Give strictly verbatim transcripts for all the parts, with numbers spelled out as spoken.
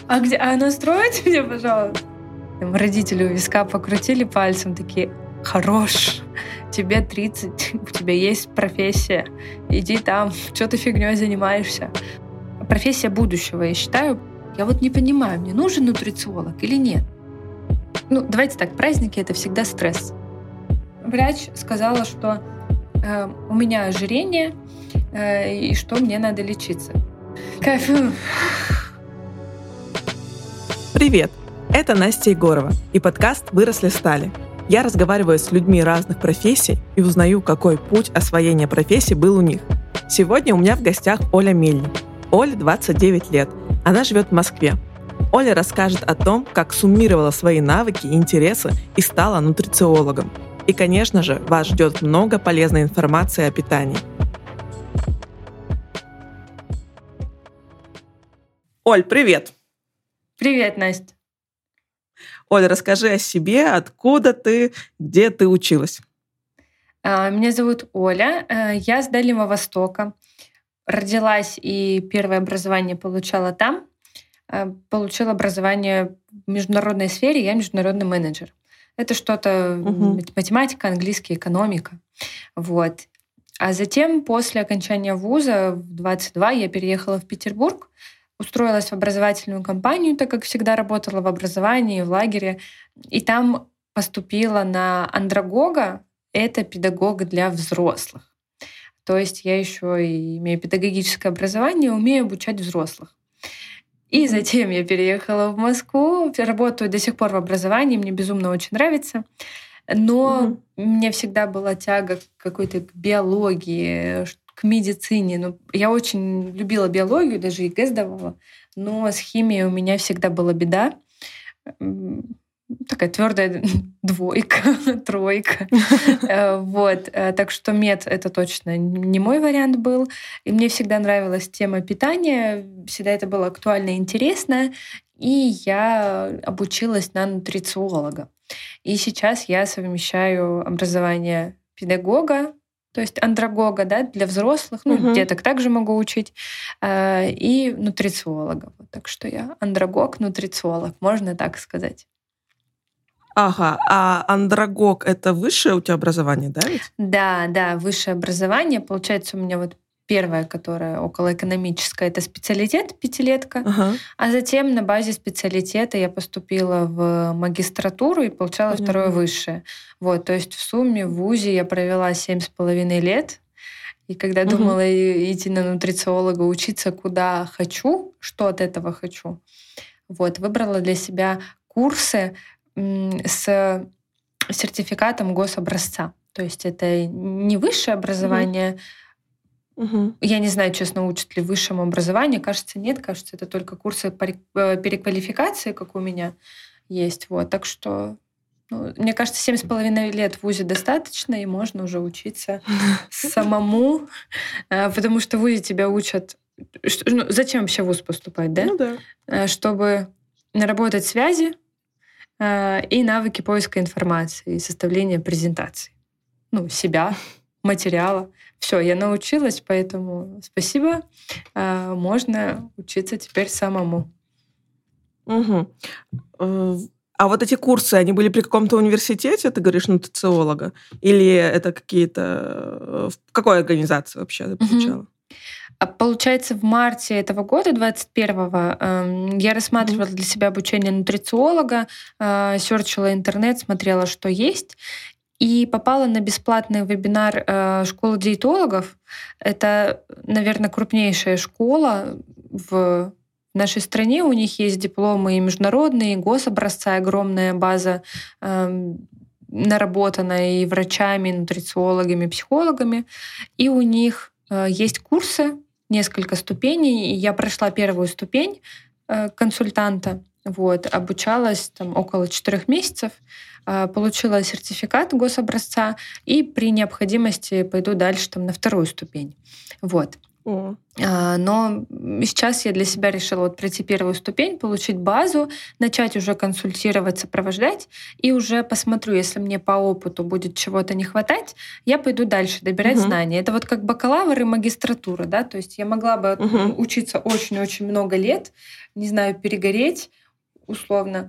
А где? А настроить мне, пожалуйста? Там родители у виска покрутили пальцем, такие: хорош, тебе тридцать, у тебя есть профессия, иди там, что ты фигней занимаешься. Профессия будущего, я считаю. Я вот не понимаю, мне нужен нутрициолог или нет. Ну, давайте так, праздники — это всегда стресс. Врач сказала, что э, у меня ожирение, э, и что мне надо лечиться. Кайфую. Привет! Это Настя Егорова и подкаст «Выросли стали». Я разговариваю с людьми разных профессий и узнаю, какой путь освоения профессии был у них. Сегодня у меня в гостях Оля Мельник. Оле двадцать девять лет. Она живет в Москве. Оля расскажет о том, как суммировала свои навыки и интересы и стала нутрициологом. И, конечно же, вас ждет много полезной информации о питании. Оль, привет! Привет, Настя. Оля, расскажи о себе, откуда ты, где ты училась. Меня зовут Оля, я с Дальнего Востока. Родилась и первое образование получала там. Получила образование в международной сфере, я международный менеджер. Это что-то угу. математика, английский, экономика. Вот. А затем, после окончания вуза, в двадцать два я переехала в Петербург, устроилась в образовательную компанию, так как всегда работала в образовании, в лагере. И там поступила на андрогога. Это педагог для взрослых. То есть я еще и имею педагогическое образование, умею обучать взрослых. И затем я переехала в Москву, работаю до сих пор в образовании, мне безумно очень нравится. Но mm-hmm. мне всегда была тяга к какой-то к биологии, к медицине. Ну, я очень любила биологию, даже ЕГЭ сдавала, но с химией у меня всегда была беда. Такая твердая двойка, тройка. Вот. Так что мед — это точно не мой вариант был. И мне всегда нравилась тема питания, всегда это было актуально и интересно. И я обучилась на нутрициолога. И сейчас я совмещаю образование педагога, то есть андрогога, да, для взрослых, ну, uh-huh. деток также могу учить, и нутрициолога. Так что я андрогог, нутрициолог, можно так сказать. Ага, а андрогог — это высшее у тебя образование, да ведь? Да, да, высшее образование. Получается, у меня вот первое, которое околоэкономическое, это специалитет, пятилетка. Ага. А затем на базе специалитета я поступила в магистратуру и получала Понятно. Второе высшее. Вот, то есть в сумме в вузе я провела семь с половиной лет. И когда угу. думала идти на нутрициолога, учиться куда хочу, что от этого хочу, вот, выбрала для себя курсы с сертификатом гособразца. То есть это не высшее образование. Угу. Я не знаю, честно, учат ли высшему образованию. Кажется, нет. Кажется, это только курсы переквалификации, как у меня есть. Вот. Так что, ну, мне кажется, семь с половиной лет в вузе достаточно, и можно уже учиться самому, потому что в вузе тебя учат... Зачем вообще в вуз поступать, да? Ну да. Чтобы наработать связи, и навыки поиска информации, и составления презентаций. Ну, себя, материала. Все, я научилась, поэтому спасибо. Можно учиться теперь самому. Угу. А вот эти курсы, они были при каком-то университете, ты говоришь, нутрициолога? Или это какие-то... В какой организации вообще ты получала? Угу. Получается, в марте этого года, двадцать первого, я рассматривала для себя обучение нутрициолога, серчила интернет, смотрела, что есть, и попала на бесплатный вебинар школы диетологов. Это, наверное, крупнейшая школа в нашей стране. У них есть дипломы и международные, и гособразца, огромная база наработана и врачами, и нутрициологами, и психологами. И у них есть курсы, несколько ступеней. Я прошла первую ступень консультанта, вот, обучалась там около четырех месяцев, получила сертификат гособразца и при необходимости пойду дальше там, на вторую ступень. Вот. О. А, Но сейчас я для себя решила вот пройти первую ступень, получить базу, начать уже консультировать, сопровождать, и уже посмотрю, если мне по опыту будет чего-то не хватать, я пойду дальше добирать Мгм. знания. Это вот как бакалавр и магистратура, да, то есть я могла бы м, Мгм. учиться очень-очень много лет, не знаю, перегореть условно,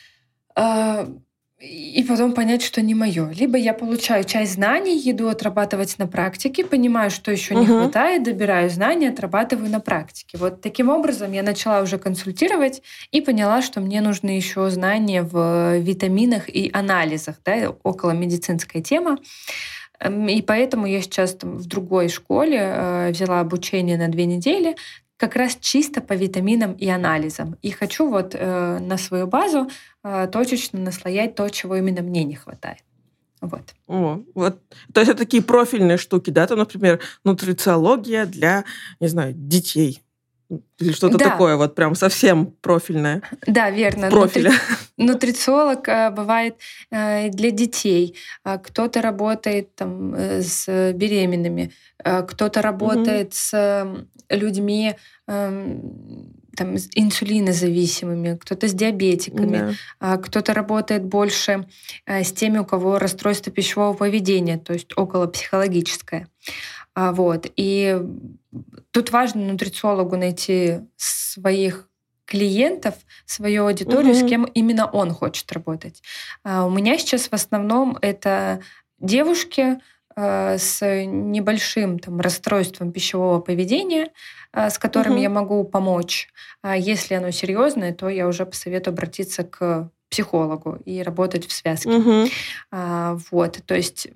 а, и потом понять, что не мое. Либо я получаю часть знаний, иду отрабатывать на практике, понимаю, что еще не Мгм. хватает, добираю знания, отрабатываю на практике. Вот таким образом я начала уже консультировать и поняла, что мне нужны еще знания в витаминах и анализах, да, около медицинская тема. Эм, И поэтому я сейчас там в другой школе э, взяла обучение на две недели, как раз чисто по витаминам и анализам. И хочу вот э, на свою базу э, точечно наслоять то, чего именно мне не хватает. Вот. О, вот. То есть это такие профильные штуки, да? Там, например, нутрициология для, не знаю, детей. Или что-то Да, такое, вот прям совсем профильное да, в верно. профиле. Нутри- Нутрициолог э, бывает э, для детей. А Кто-то работает там, э, с беременными, э, кто-то Мгм. работает с м, людьми эм, там, с инсулинозависимыми, кто-то с диабетиками, Да. а кто-то работает больше э, с теми, у кого расстройство пищевого поведения, то есть около психологическое. А, вот. И тут важно нутрициологу найти своих клиентов, свою аудиторию, с Мгм. кем именно он хочет работать. А, У меня сейчас в основном это девушки э, с небольшим там, расстройством пищевого поведения, э, с которым я Мгм. могу помочь. А если оно серьезное, то я уже посоветую обратиться к психологу и работать в связке. Мгм. А, Вот, то есть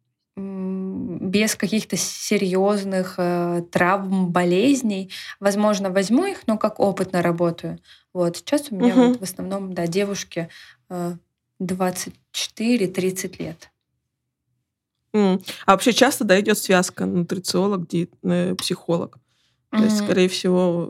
М, без каких-то серьезных э, травм, болезней. Возможно, возьму их, но как опытно работаю. Вот сейчас у меня вот Мгм. в основном, да, девушки э, двадцать четыре тридцать лет. М. А вообще часто, да, идет связка нутрициолог, диет э, психолог? То есть, М, скорее всего,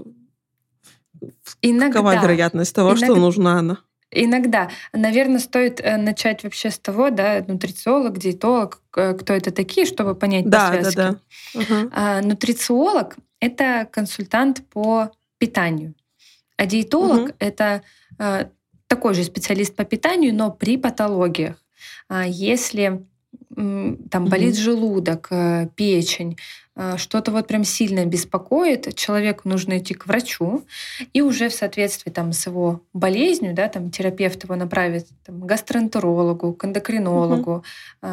какова Иногда, вероятность того, что иногда, нужна она? иногда, наверное, стоит э, начать вообще с того, да, нутрициолог, диетолог, к- кто это такие, чтобы понять по Да, связке. да-да. Ага. А, Нутрициолог — это консультант по питанию. А диетолог — Мгм. это э, такой же специалист по питанию, но при патологиях. А Если м, там болит Мгм. желудок, э, печень, э, что-то вот прям сильно беспокоит, человеку нужно идти к врачу, и уже в соответствии там, с его болезнью, да, там, терапевт его направит там, к гастроэнтерологу, к Мгм. эндокринологу,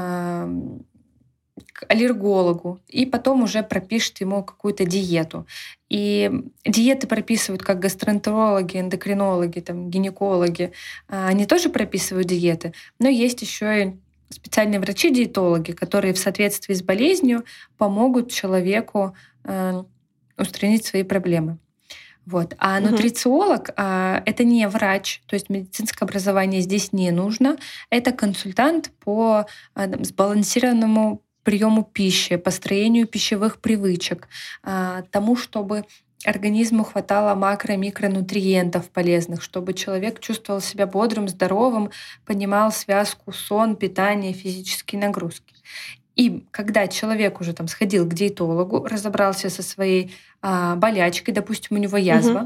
ам, к аллергологу, и потом уже пропишет ему какую-то диету. И диеты прописывают как гастроэнтерологи, эндокринологи, там, гинекологи. А, Они тоже прописывают диеты, но есть еще и специальные врачи-диетологи, которые в соответствии с болезнью помогут человеку э, устранить свои проблемы. Вот. А Мгм. нутрициолог а, это не врач, то есть медицинское образование здесь не нужно. Это консультант по а, там, сбалансированному приему пищи, построению пищевых привычек, а, тому, чтобы организму хватало макро- и микронутриентов полезных, чтобы человек чувствовал себя бодрым, здоровым, понимал связку сон, питание, физические нагрузки. И когда человек уже там сходил к диетологу, разобрался со своей а, болячкой, допустим, у него Мгм. язва,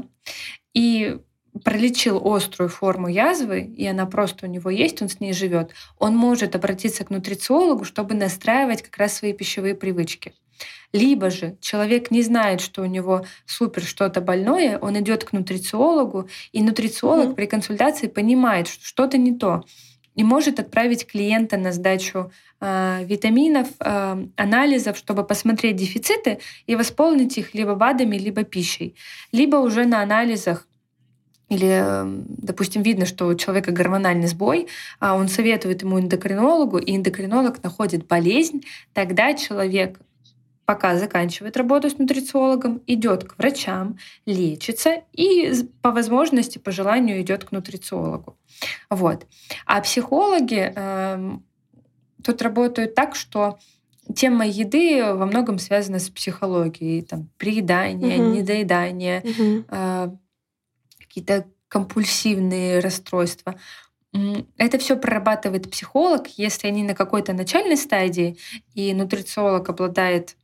и пролечил острую форму язвы, и она просто у него есть, он с ней живет, он может обратиться к нутрициологу, чтобы настраивать как раз свои пищевые привычки. Либо же человек не знает, что у него супер что-то больное, он идет к нутрициологу, и нутрициолог Мгм. при консультации понимает, что что-то не то, и может отправить клиента на сдачу а, витаминов, а, анализов, чтобы посмотреть дефициты и восполнить их либо БАДами, либо пищей. Либо уже на анализах или, м, допустим, видно, что у человека гормональный сбой, а он советует ему эндокринологу, и эндокринолог находит болезнь, тогда человек пока заканчивает работу с нутрициологом, идет к врачам, лечится и с- по возможности, по желанию идет к нутрициологу. Вот. А психологи эм, тут работают так, что тема еды во многом связана с психологией. Там, приедание, Мгм. недоедание, Мгм. э, какие-то компульсивные расстройства. М, Это все прорабатывает психолог, если они на какой-то начальной стадии, и нутрициолог обладает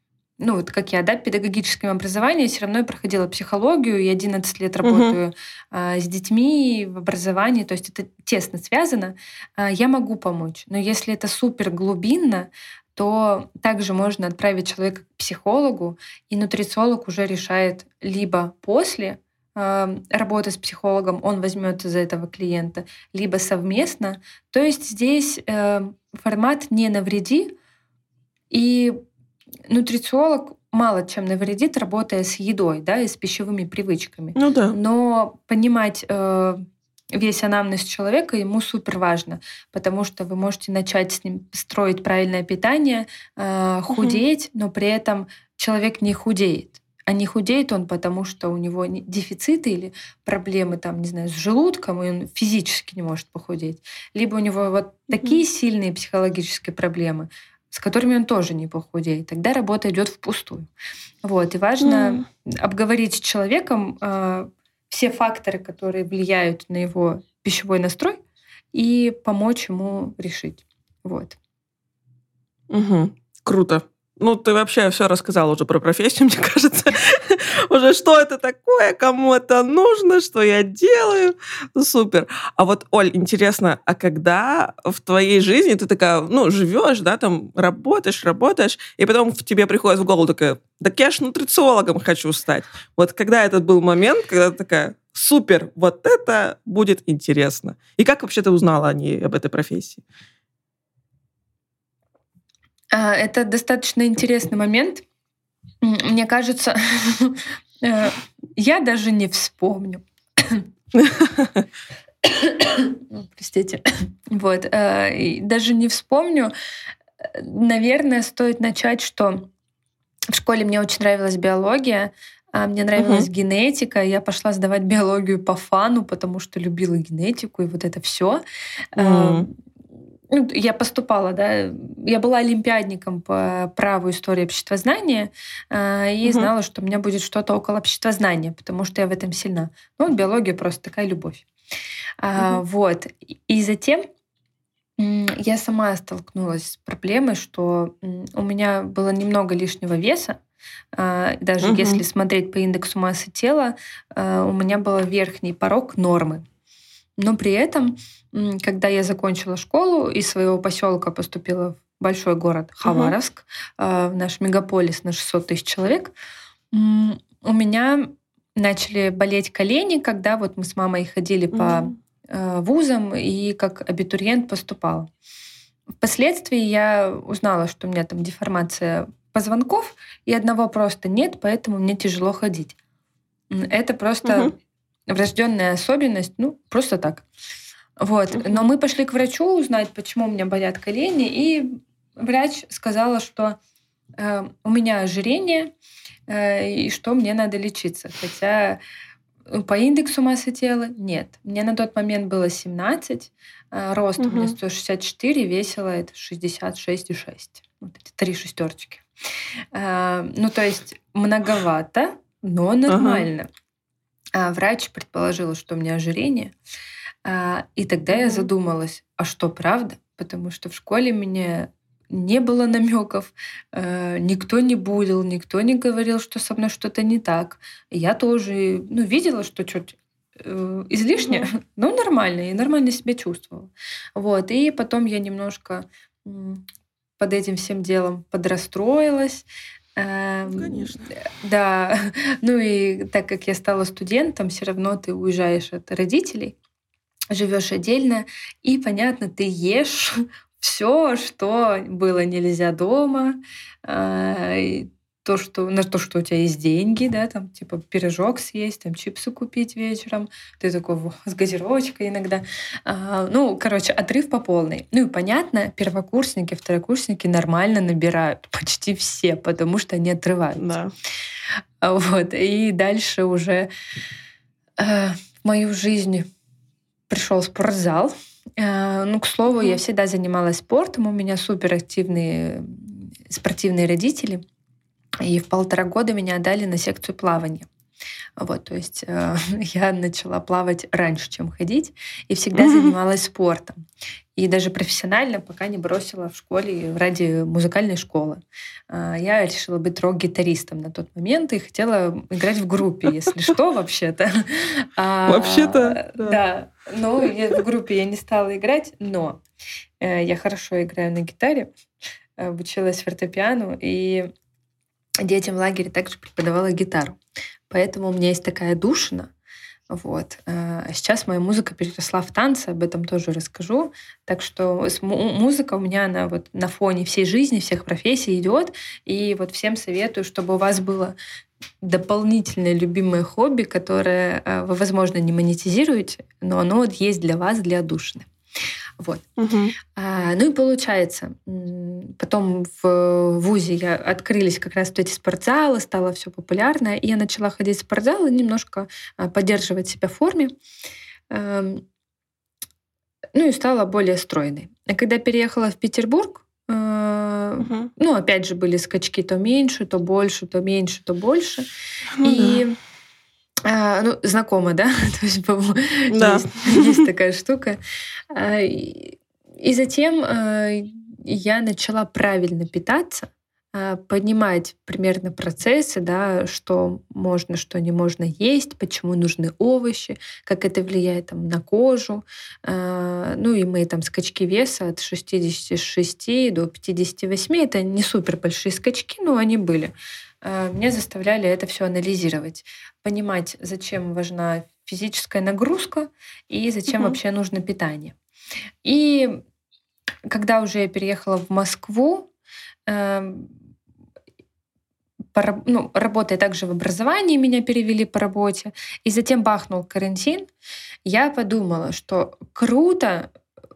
ну вот как я, да, педагогическим образованием, все равно я проходила психологию, и одиннадцать лет работаю угу. а, с детьми в образовании, то есть это тесно связано, а, я могу помочь. Но если это супер глубинно, то также можно отправить человека к психологу, и нутрициолог уже решает либо после э, работы с психологом, он возьмется за этого клиента, либо совместно. То есть здесь э, формат «не навреди», и нутрициолог мало чем навредит, работая с едой, да, и с пищевыми привычками. Ну да. Но понимать э, весь анамнез человека ему супер важно, потому что вы можете начать с ним строить правильное питание, э, худеть, угу. но при этом человек не худеет. А не худеет он, потому что у него дефициты или проблемы там, не знаю, с желудком, и он физически не может похудеть. Либо у него вот угу. такие сильные психологические проблемы, с которыми он тоже не похудеет. Тогда работа идет впустую. Вот. И важно mm. обговорить с человеком э, все факторы, которые влияют на его пищевой настрой, и помочь ему решить. Вот. Угу. Круто. Ну, ты вообще все рассказала уже про профессию, мне кажется. Уже что это такое, кому это нужно, что я делаю. Супер. А вот, Оль, интересно, а когда в твоей жизни ты такая, ну, живешь, да, там, работаешь, работаешь, и потом в тебе приходит в голову такая, так я ж нутрициологом хочу стать. Вот когда этот был момент, когда ты такая, супер, вот это будет интересно. И как вообще ты узнала о ней, об этой профессии? Это достаточно интересный момент. Мне кажется, я даже не вспомню. Простите. Вот. Даже не вспомню. Наверное, стоит начать, что в школе мне очень нравилась биология, мне нравилась uh-huh. генетика. Я пошла сдавать биологию по фану, потому что любила генетику и вот это все. Uh-huh. Я поступала, да, я была олимпиадником по праву истории обществознания э, и угу. знала, что у меня будет что-то около обществознания, потому что я в этом сильна. Ну, биология просто такая любовь. Угу. А, вот. И затем я сама столкнулась с проблемой, что у меня было немного лишнего веса. Даже угу. если смотреть по индексу массы тела, у меня был верхний порог нормы. Но при этом, когда я закончила школу, из своего поселка поступила в большой город Хабаровск, uh-huh. в наш мегаполис на шестьсот тысяч человек, у меня начали болеть колени, когда вот мы с мамой ходили uh-huh. по вузам и как абитуриент поступала. Впоследствии я узнала, что у меня там деформация позвонков, и одного просто нет, поэтому мне тяжело ходить. Это просто... Uh-huh. врожденная особенность, ну, просто так. Вот. Uh-huh. Но мы пошли к врачу узнать, почему у меня болят колени, и врач сказала, что э, у меня ожирение, э, и что мне надо лечиться. Хотя по индексу массы тела нет. Мне на тот момент было семнадцать, э, рост uh-huh. у меня сто шестьдесят четыре, весила это шестьдесят шесть и шесть. Вот эти три шестерочки. Э, ну, то есть многовато, но нормально. Uh-huh. Врач предположила, что у меня ожирение. И тогда mm-hmm. я задумалась, а что, правда? Потому что в школе меня не было намеков, никто не булил, никто не говорил, что со мной что-то не так. Я тоже ну, видела, что чуть излишне, mm-hmm. но нормально, и нормально себя чувствовала. Вот. И потом я немножко под этим всем делом подрастроилась. Конечно. Да, ну и так как я стала студентом, все равно ты уезжаешь от родителей, живешь отдельно, и, понятно, ты ешь все, что было нельзя дома, то, что, на то, что у тебя есть деньги, да, там, типа, пирожок съесть, там, чипсы купить вечером, ты такой с газировочкой иногда. А, ну, короче, отрыв по полной. Ну и понятно, первокурсники, второкурсники нормально набирают, почти все, потому что они отрываются. Да. Вот, и дальше уже э, в мою жизнь пришел спортзал. Э, ну, к слову, mm-hmm. я всегда занималась спортом, у меня суперактивные спортивные родители. И в полтора года меня отдали на секцию плавания. Вот, то есть э, я начала плавать раньше, чем ходить, и всегда занималась спортом. И даже профессионально, пока не бросила в школе ради музыкальной школы. А, Я решила быть рок-гитаристом на тот момент и хотела играть в группе, если что, вообще-то. Вообще-то, А, да. Да, но я- в группе я не стала играть, но э, я хорошо играю на гитаре, э, обучилась фортепиано, и детям в лагере также преподавала гитару. Поэтому у меня есть такая душина. Вот. А сейчас моя музыка переросла в танцы, об этом тоже расскажу. Так что с- му- музыка у меня она вот на фоне всей жизни, всех профессий идет. И вот всем советую, чтобы у вас было дополнительное любимое хобби, которое э, вы, возможно, не монетизируете, но оно вот есть для вас, для душины. Вот. Мгм. А, ну и получается, м, потом в ВУЗе я открылись как раз вот эти спортзалы, стало все популярно, и я начала ходить в спортзал и немножко а, поддерживать себя в форме, эм, ну и стала более стройной. А когда переехала в Петербург, э, Мгм. ну опять же были скачки то меньше, то больше, то меньше, то больше. Ну да. И а, ну, знакомо, да? То есть по-моему, Да. есть, есть такая штука. А, И, и затем э, я начала правильно питаться, а, понимать примерно процессы, да, что можно, что не можно есть, почему нужны овощи, как это влияет там, на кожу. А, Ну и мои там скачки веса от шестидесяти шести до пятидесяти восьми, это не супер большие скачки, но они были. А, Меня заставляли это все анализировать, понимать, зачем важна физическая нагрузка и зачем Мгм. вообще нужно питание. И когда уже я переехала в Москву, эм, пораб- ну, работая также в образовании, меня перевели по работе, и затем бахнул карантин, я подумала, что круто,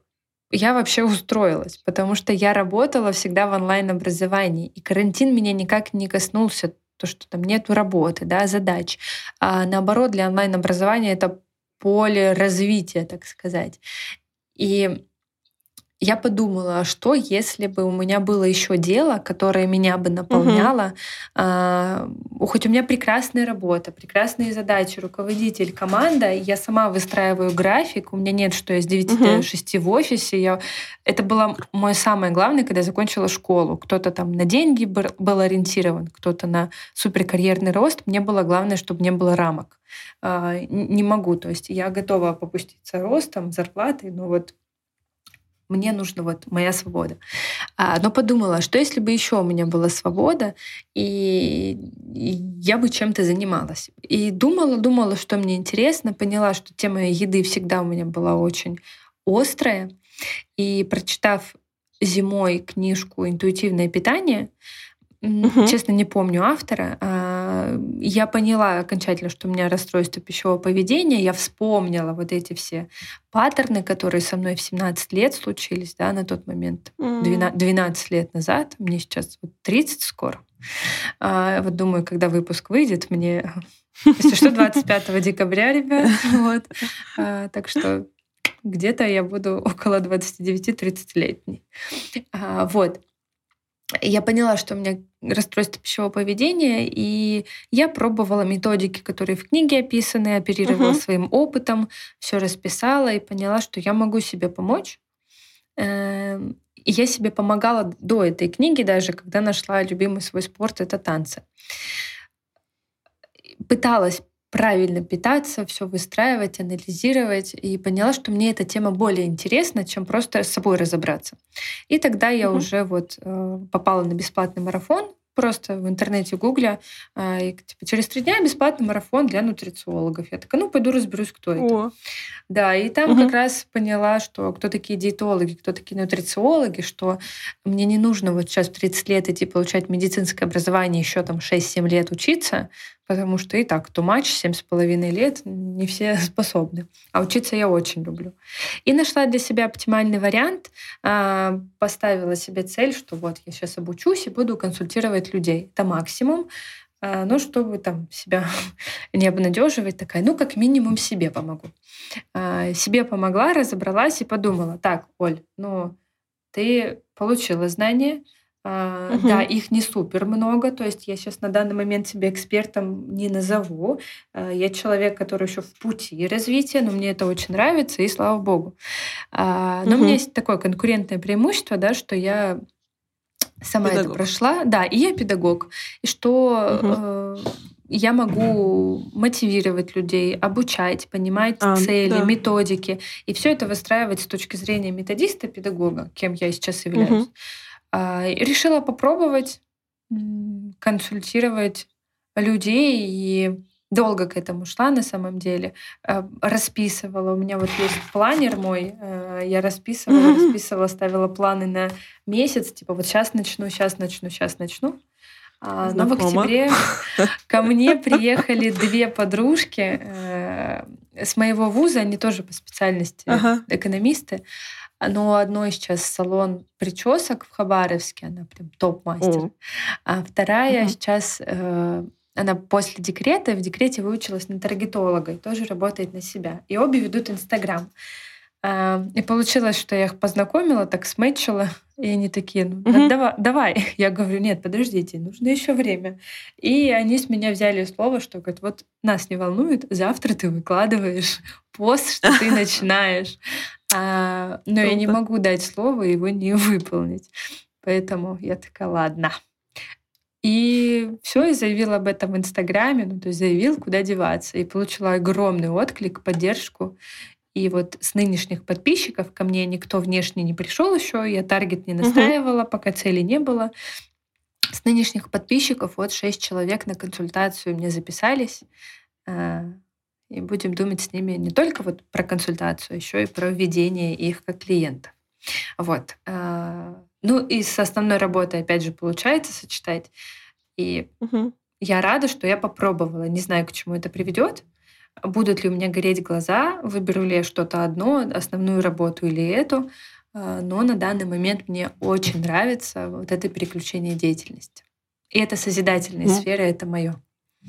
я вообще устроилась, потому что я работала всегда в онлайн-образовании, и карантин меня никак не коснулся, то, что там нету работы, да, задач. А наоборот, для онлайн-образования это поле развития, так сказать. И я подумала, а что, если бы у меня было еще дело, которое меня бы Мгм. наполняло, а, у- хоть у меня прекрасная работа, прекрасные задачи, руководитель, команда, и я сама выстраиваю график, у меня нет, что я с девяти до Мгм. шести в офисе. Я... Это было мое самое главное, когда я закончила школу. Кто-то там на деньги бр- был ориентирован, кто-то на суперкарьерный рост. Мне было главное, чтобы не было рамок. А, н- Не могу, то есть я готова попуститься ростом, зарплатой, но вот мне нужна вот моя свобода. А, но подумала, а что если бы еще у меня была свобода, и, и я бы чем-то занималась. И думала, думала, что мне интересно, поняла, что тема еды всегда у меня была очень острая. И прочитав зимой книжку «Интуитивное питание», м, Мгм. честно, не помню автора, а, я поняла окончательно, что у меня расстройство пищевого поведения. Я вспомнила вот эти все паттерны, которые со мной в семнадцать лет случились, да, на тот момент, М. двена- двенадцать лет назад. Мне сейчас вот тридцать скоро. А, вот думаю, когда выпуск выйдет, мне, если что, двадцать пятого декабря, ребят. Вот. А, так что где-то я буду около двадцати девяти тридцатилетней. А, вот. Я поняла, что у меня расстройство пищевого поведения, и я пробовала методики, которые в книге описаны, оперировала Мгм. своим опытом, все расписала и поняла, что я могу себе помочь. Эм, И я себе помогала до этой книги даже, когда нашла любимый свой спорт — это танцы. Пыталась правильно питаться, все выстраивать, анализировать, и поняла, что мне эта тема более интересна, чем просто с собой разобраться. И тогда я Мгм. уже вот э, попала на бесплатный марафон, просто в интернете гугля, а, и, типа, через три дня бесплатный марафон для нутрициологов. Я такая, ну, пойду разберусь, кто это. О. Да, и там как Мгм. раз поняла, что кто такие диетологи, кто такие нутрициологи, что мне не нужно вот сейчас в тридцать лет идти получать медицинское образование, еще там шесть-семь лет учиться, потому что и так тумач, семь с половиной лет, не все способны. А учиться я очень люблю. И нашла для себя оптимальный вариант, а, поставила себе цель, что вот я сейчас обучусь и буду консультировать людей. Это максимум. А, Но чтобы там себя не обнадеживать, такая, ну, как минимум себе помогу. А, Себе помогла, разобралась и подумала: так, Оль, ну, ты получила знания, А, Мгм. Да, их не супер много, то есть я сейчас на данный момент себя экспертом не назову. А, Я человек, который еще в пути развития, но мне это очень нравится, и слава богу. А, Но у меня Мгм. есть такое конкурентное преимущество, да, что я сама это Педагог. прошла, да, и я педагог, и что Мгм. э, я могу мотивировать людей, обучать, понимать А, цели, да. методики, и все это выстраивать с точки зрения методиста-педагога, кем я сейчас Мгм. являюсь. А, и решила попробовать м, консультировать людей, и долго к этому шла на самом деле. Э, Расписывала. У меня вот есть планер мой. э, Я расписывала, Мгм. расписывала, ставила планы на месяц. Типа вот сейчас начну, сейчас начну, сейчас начну. А, Но в Знакомо. октябре ко мне приехали две подружки э, с моего вуза. Они тоже по специальности Ага. экономисты. Но у одной сейчас салон причесок в Хабаровске, она прям топ-мастер. О. А вторая Мгм. сейчас, э, она после декрета, в декрете выучилась на таргетолога и тоже работает на себя. И обе ведут Инстаграм. А, И получилось, что я их познакомила, так сметчила, и они такие, ну да- Мгм. давай, давай. Я говорю, нет, подождите, нужно еще время. И они с меня взяли слово, что говорят, вот нас не волнует, завтра ты выкладываешь пост, что ты начинаешь. А, но я не Круто. могу дать слово и его не выполнить. Поэтому я такая, ладно. И все, и заявила об этом в Инстаграме, ну, то есть заявил, куда деваться. И получила огромный отклик, поддержку. И вот с нынешних подписчиков ко мне никто внешне не пришел еще, я таргет не Мгм. настраивала, пока цели не было. С нынешних подписчиков вот шесть человек на консультацию мне записались. А, И будем думать с ними не только вот про консультацию, а еще и про введение их как клиента. Вот. А, Ну и с основной работой, опять же, получается сочетать. И Мгм. я рада, что я попробовала. Не знаю, к чему это приведет. Будут ли у меня гореть глаза, выберу ли я что-то одно, основную работу или эту. А, Но на данный момент мне очень нравится вот это переключение деятельности. И это созидательные Ну сферы, это мое.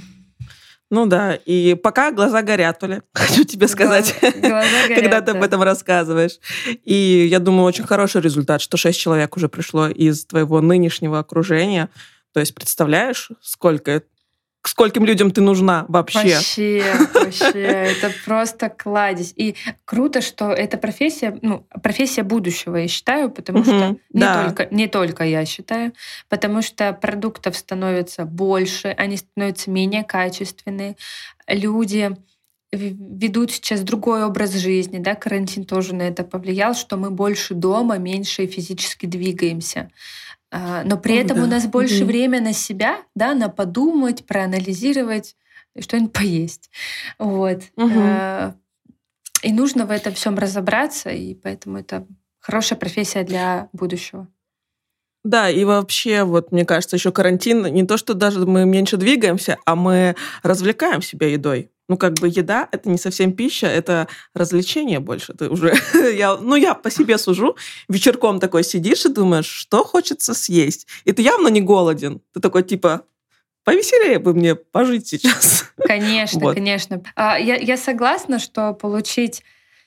ну да, и пока глаза горят, Оля, хочу тебе сказать, Глаза, глаза когда горят, ты об да. этом рассказываешь. И я думаю, очень хороший результат, что шесть человек уже пришло из твоего нынешнего окружения. То есть представляешь, сколько, к скольким людям ты нужна вообще? Вообще, вообще, это просто кладезь. И круто, что эта профессия, ну, профессия будущего, я считаю, потому что Мгм. не Да, только, не только я считаю, потому что продуктов становится больше, они становятся менее качественные, люди в- ведут сейчас другой образ жизни, да, карантин тоже на это повлиял, что мы больше дома, меньше физически двигаемся. А, но при ох, этом у да. нас больше Мгм. время на себя, да, на подумать, проанализировать и что-нибудь поесть. Вот. Мгм. Э, И нужно в этом всем разобраться, и поэтому это хорошая профессия для будущего. Да, и вообще, вот мне кажется, еще карантин, не то, что даже мы меньше двигаемся, а мы развлекаем себя едой. Ну, как бы еда — это не совсем пища, это развлечение больше. Ты уже, я, ну, я по себе сужу, вечерком такой сидишь и думаешь, что хочется съесть. И ты явно не голоден. Ты такой, типа, повеселее бы мне пожить сейчас. Конечно, Вот. конечно. А, Я, я согласна, что получить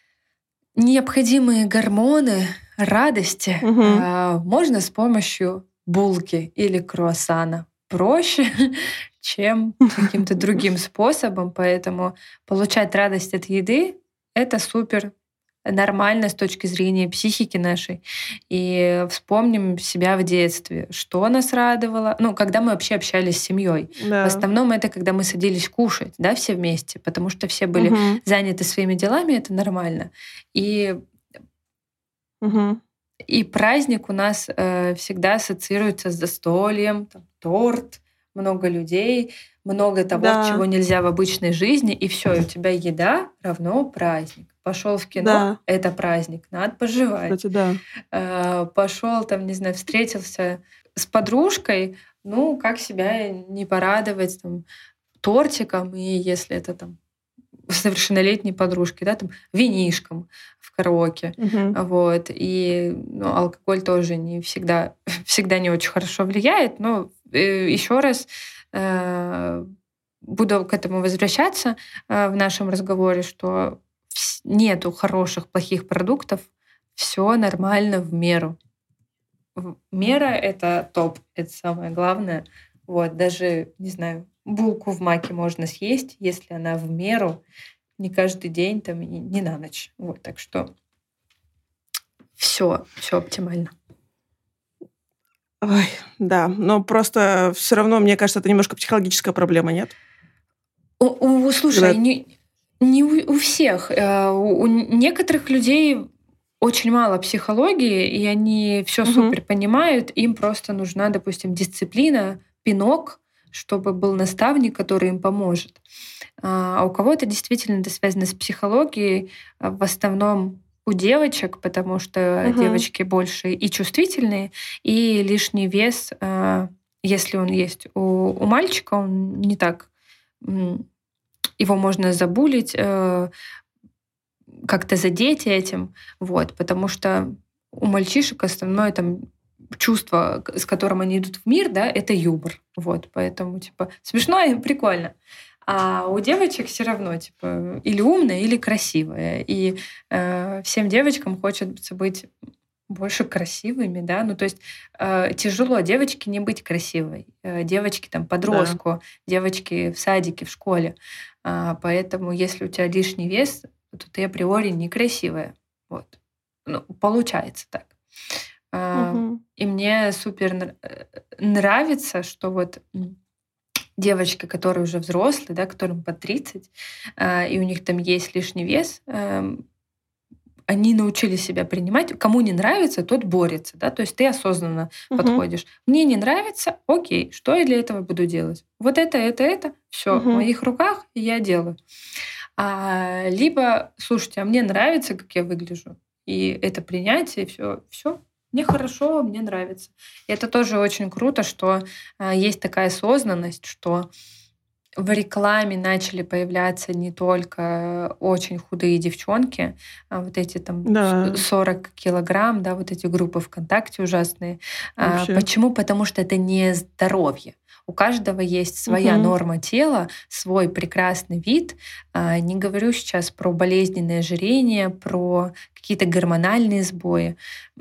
необходимые гормоны радости Мгм. а, можно с помощью булки или круассана. Проще, чем каким-то другим способом. Поэтому получать радость от еды — это супер нормально с точки зрения психики нашей. И вспомним себя в детстве. Что нас радовало? Ну, когда мы вообще общались с семьей. В Да. основном это когда мы садились кушать, да, все вместе, потому что все были Мгм. заняты своими делами, это нормально. И Мгм. и праздник у нас э, всегда ассоциируется с застольем, там, торт, много людей, много того, Да, чего нельзя в обычной жизни, и все, у тебя еда равно праздник. Пошел в кино — да, это праздник, надо пожевать. кстати, да. Пошел там, не знаю, встретился с подружкой, ну, как себя не порадовать там, тортиком, и если это там совершеннолетней подружки, да, там, винишком в караоке. Мгм. Вот. И ну, алкоголь тоже не всегда, всегда не очень хорошо влияет, но э, еще раз э, буду к этому возвращаться э, в нашем разговоре, что вс- нету хороших, плохих продуктов, все нормально в меру. мера — это топ, это самое главное. Вот, даже, не знаю, булку в маке можно съесть, если она в меру, не каждый день, там, и не на ночь. Вот, так что все, все оптимально. Ой, да, но просто все равно, мне кажется, это немножко психологическая проблема, нет? У, у, слушай, Когда... не, не у, у всех. У, у некоторых людей очень мало психологии, и они все угу. супер понимают. Им просто нужна, допустим, дисциплина, пинок, чтобы был наставник, который им поможет. А у кого-то действительно это связано с психологией, в основном у девочек, потому что угу. девочки больше и чувствительные, и лишний вес, если он есть у, у мальчика, он не так... Его можно забулить, как-то задеть этим, вот, потому что у мальчишек основное там чувство, с которым они идут в мир, да, это юмор, вот, поэтому типа смешно и прикольно. А у девочек все равно типа или умная, или красивая, и э, всем девочкам хочется быть больше красивыми, да, ну то есть э, тяжело девочке не быть красивой, э, девочки там подростку, да. девочки в садике, в школе, э, поэтому если у тебя лишний вес, то ты априори некрасивая, вот, ну получается так. Э, угу. И мне супер нравится, что вот девочки, которые уже взрослые, да, которым по тридцать, э, и у них там есть лишний вес, э, они научились себя принимать. Кому не нравится, тот борется. Да? То есть ты осознанно угу. подходишь. Мне не нравится, окей, что я для этого буду делать? Вот это, это, это, все угу. в моих руках, и я делаю. А, либо, слушайте, а мне нравится, как я выгляжу, и это принятие, все, все. Мне хорошо, мне нравится. И это тоже очень круто, что а, есть такая осознанность, что в рекламе начали появляться не только очень худые девчонки, а вот эти там да. сорок килограмм, да, вот эти группы ВКонтакте ужасные. А, почему? Потому что это не здоровье. У каждого есть своя угу. норма тела, свой прекрасный вид. А, не говорю сейчас про болезненное ожирение, про какие-то гормональные сбои.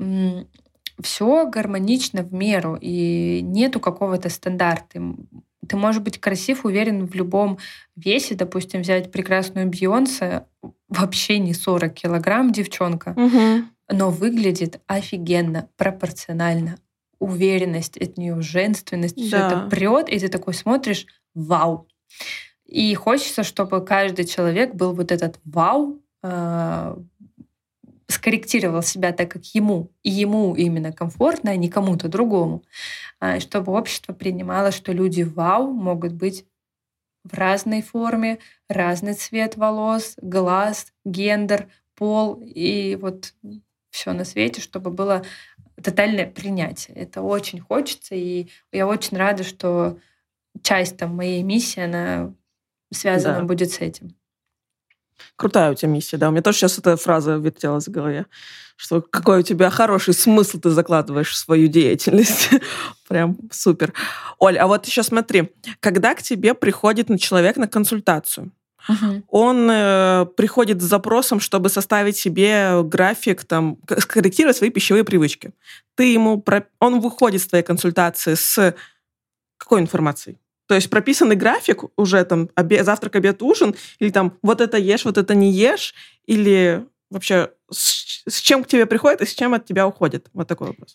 Все гармонично в меру, и нету какого-то стандарта. Ты можешь быть красив, уверен в любом весе. Допустим, взять прекрасную Бейонсе, вообще не сорок килограмм девчонка, угу. но выглядит офигенно, пропорционально. Уверенность от нее, женственность, да. все это прет, и ты такой смотришь, вау. И хочется, чтобы каждый человек был вот этот вау, э- скорректировал себя так, как ему, и ему именно комфортно, а не кому-то другому. Чтобы общество принимало, что люди вау могут быть в разной форме, разный цвет волос, глаз, гендер, пол, и вот все на свете, чтобы было тотальное принятие. Это очень хочется, и я очень рада, что часть там, моей миссии, она связана да. будет с этим. Крутая у тебя миссия, да. У меня тоже сейчас эта фраза вертелась в голове, что какой у тебя хороший смысл ты закладываешь в свою деятельность. Прям супер. Оль, а вот еще смотри, когда к тебе приходит человек на консультацию, uh-huh. он э, приходит с запросом, чтобы составить себе график, там, скорректировать свои пищевые привычки. Ты ему, про... он выходит с твоей консультации с какой информацией? То есть прописанный график уже там обед, завтрак, обед, ужин, или там вот это ешь, вот это не ешь, или вообще с, с чем к тебе приходит и с чем от тебя уходит? Вот такой вопрос.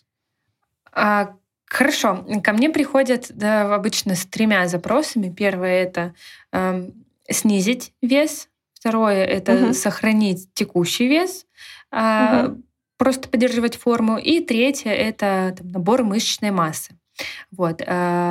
А, хорошо. Ко мне приходят да, обычно с тремя запросами. Первое — это э, снизить вес. Второе — это угу. сохранить текущий вес, э, угу. просто поддерживать форму. И третье — это там, набор мышечной массы. Вот.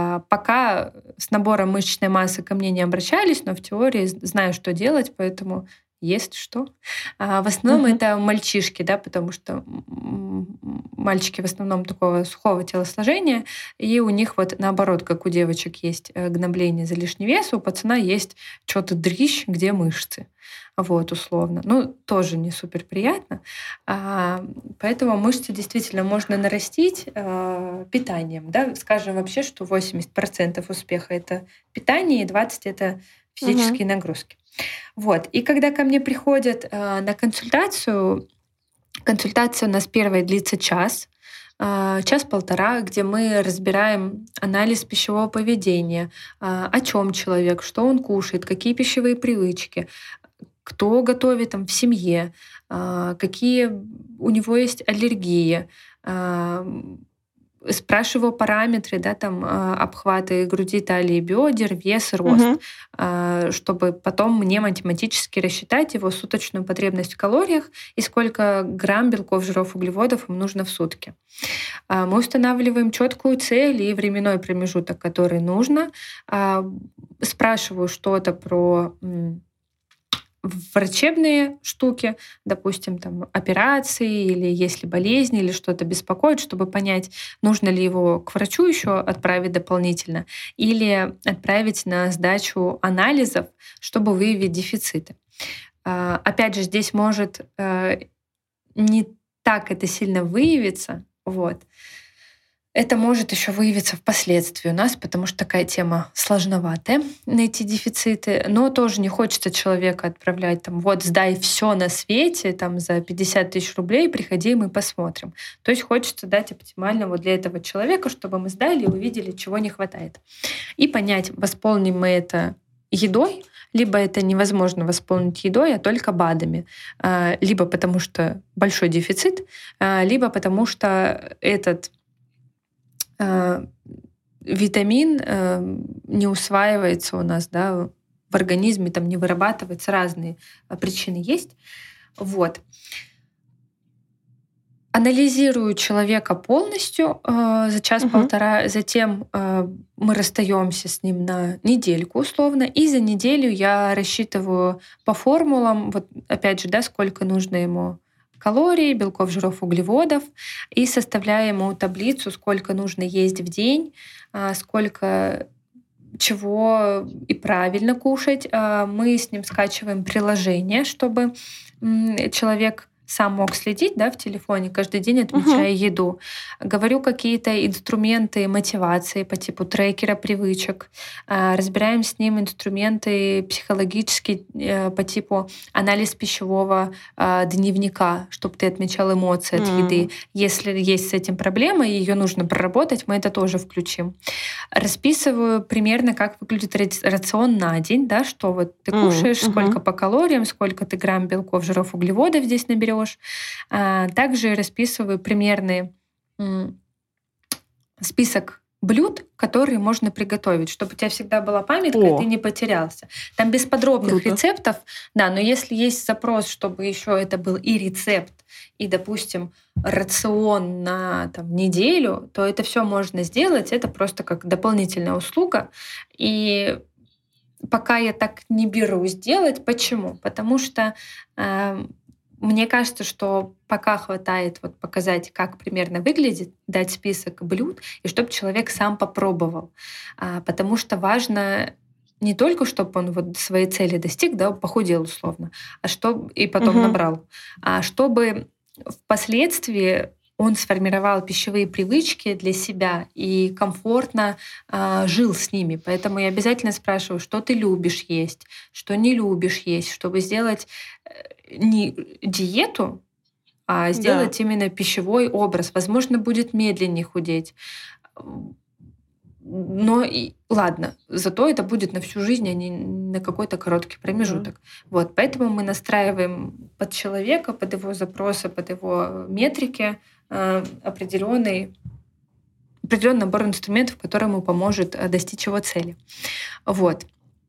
Пока с набором мышечной массы ко мне не обращались, но в теории знаю, что делать, поэтому есть что. В основном uh-huh. это мальчишки, да, потому что мальчики в основном такого сухого телосложения, и у них вот наоборот, как у девочек есть гнобление за лишний вес, у пацана есть что-то дрищ, где мышцы. Вот, условно. Ну, тоже не супер приятно. А, поэтому мышцы действительно можно нарастить а, питанием. Да? Скажем вообще, что восемьдесят процентов успеха — это питание, и двадцать процентов — это физические угу. нагрузки. Вот. И когда ко мне приходят а, на консультацию, консультация у нас первая длится час. час-полтора, где мы разбираем анализ пищевого поведения, о чем человек, что он кушает, какие пищевые привычки, кто готовит там в семье, какие у него есть аллергии. Спрашиваю параметры, да, там, обхваты груди, талии, бедер, вес, рост, Мгм. чтобы потом мне математически рассчитать его суточную потребность в калориях и сколько грамм белков, жиров, углеводов им нужно в сутки. А, Мы устанавливаем четкую цель и временной промежуток, который нужно. А, Спрашиваю что-то про м, врачебные штуки, допустим, там операции или есть ли болезни или что-то беспокоит, чтобы понять, нужно ли его к врачу еще отправить дополнительно или отправить на сдачу анализов, чтобы выявить дефициты. А, Опять же, здесь может э, не так это сильно выявиться, вот. Это может еще выявиться впоследствии у нас, потому что такая тема сложноватая, найти дефициты. Но тоже не хочется человека отправлять там, вот сдай все на свете, там за пятьдесят тысяч рублей, приходи, и мы посмотрим. То есть хочется дать оптимально вот для этого человека, чтобы мы сдали и увидели, чего не хватает. И понять, восполним мы это едой, либо это невозможно восполнить едой, а только БАДами. А, Либо потому что большой дефицит, а, либо потому что этот а, витамин э, не усваивается у нас, да, в организме, там не вырабатывается, разные а, причины есть. Вот. Анализирую человека полностью э, за Мгм. час-полтора, затем э, мы расстаемся с ним на недельку условно, и за неделю я рассчитываю по формулам, вот опять же, да, сколько нужно ему калорий, белков, жиров, углеводов, и составляю ему таблицу, сколько нужно есть в день, а, сколько чего и правильно кушать. А, Мы с ним скачиваем приложение, чтобы м, человек сам мог следить, да, в телефоне, каждый день Мгм. отмечая еду. Говорю какие-то инструменты мотивации по типу трекера привычек. А, Разбираем с ним инструменты психологические э, по типу анализ пищевого а, дневника, чтобы ты отмечал эмоции от еды. М. Если есть с этим проблема, и ее нужно проработать, мы это тоже включим. Расписываю примерно, как выглядит рац- рацион на день, да, что вот ты М. кушаешь, сколько Мгм. по калориям, сколько ты грамм белков, жиров, углеводов здесь наберешь. А, Также расписываю примерный м, список блюд, которые можно приготовить, чтобы у тебя всегда была памятка, и ты О, не потерялся. Там без подробных круто. рецептов, да, но если есть запрос, чтобы еще это был и рецепт, и, допустим, рацион на там, неделю, то это все можно сделать. Это просто как дополнительная услуга. И пока я так не берусь делать. Почему? Потому что э, мне кажется, что пока хватает вот показать, как примерно выглядит, дать список блюд, и чтобы человек сам попробовал. А, потому что важно не только, чтобы он вот своей цели достиг, да, похудел условно, а чтобы и потом Мгм. набрал, а чтобы впоследствии он сформировал пищевые привычки для себя и комфортно а, жил с ними. Поэтому я обязательно спрашиваю, что ты любишь есть, что не любишь есть, чтобы сделать э, не диету, а Да. сделать именно пищевой образ. Возможно, будет медленнее худеть. М, Но и ладно, зато это будет на всю жизнь, а не на какой-то короткий Да. промежуток. Вот, поэтому мы настраиваем под человека, под его запросы, под его метрики э, определенный определенный набор инструментов, который ему поможет э, достичь его цели. Вот.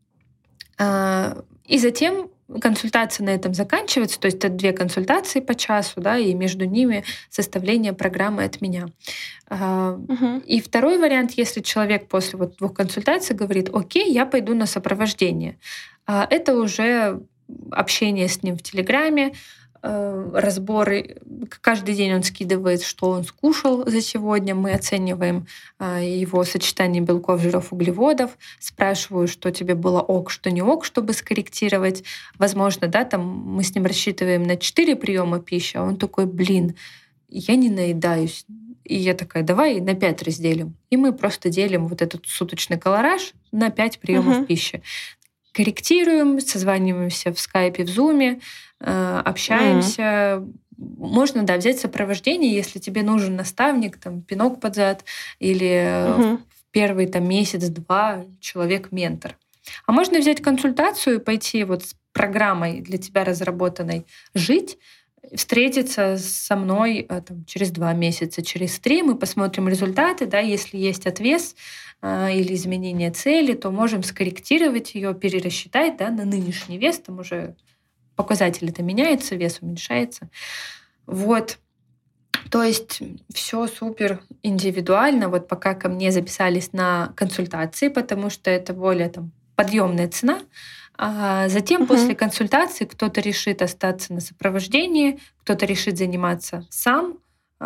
А, И затем консультация на этом заканчивается, то есть это две консультации по часу, да, и между ними составление программы от меня. А, Мгм. И второй вариант, если человек после вот двух консультаций говорит, окей, я пойду на сопровождение, А, это уже общение с ним в Телеграме, э, разборы. К- Каждый день он скидывает, что он скушал за сегодня. Мы оцениваем а, его сочетание белков, жиров, углеводов. Спрашиваю, что тебе было ок, что не ок, чтобы скорректировать. Возможно, да, там мы с ним рассчитываем на четыре приема пищи, а он такой, блин, я не наедаюсь. И я такая, давай на пять разделим. И мы просто делим вот этот суточный колораж на пять приемов Мгм. пищи. Корректируем, созваниваемся в скайпе, в зуме, общаемся. Mm-hmm. Можно, да, взять сопровождение, если тебе нужен наставник, там, пинок под зад, или mm-hmm. в первый там, месяц-два человек-ментор. А можно взять консультацию и пойти вот с программой для тебя разработанной жить, встретиться со мной там, через два месяца, через три, мы посмотрим результаты, да, если есть отвес э, или изменение цели, то можем скорректировать ее, перерасчитать, да, на нынешний вес, там уже показатели-то меняются, вес уменьшается. Вот. То есть все супер индивидуально. Вот пока ко мне записались на консультации, потому что это более там, подъемная цена. А затем, угу. после консультации, кто-то решит остаться на сопровождении, кто-то решит заниматься сам.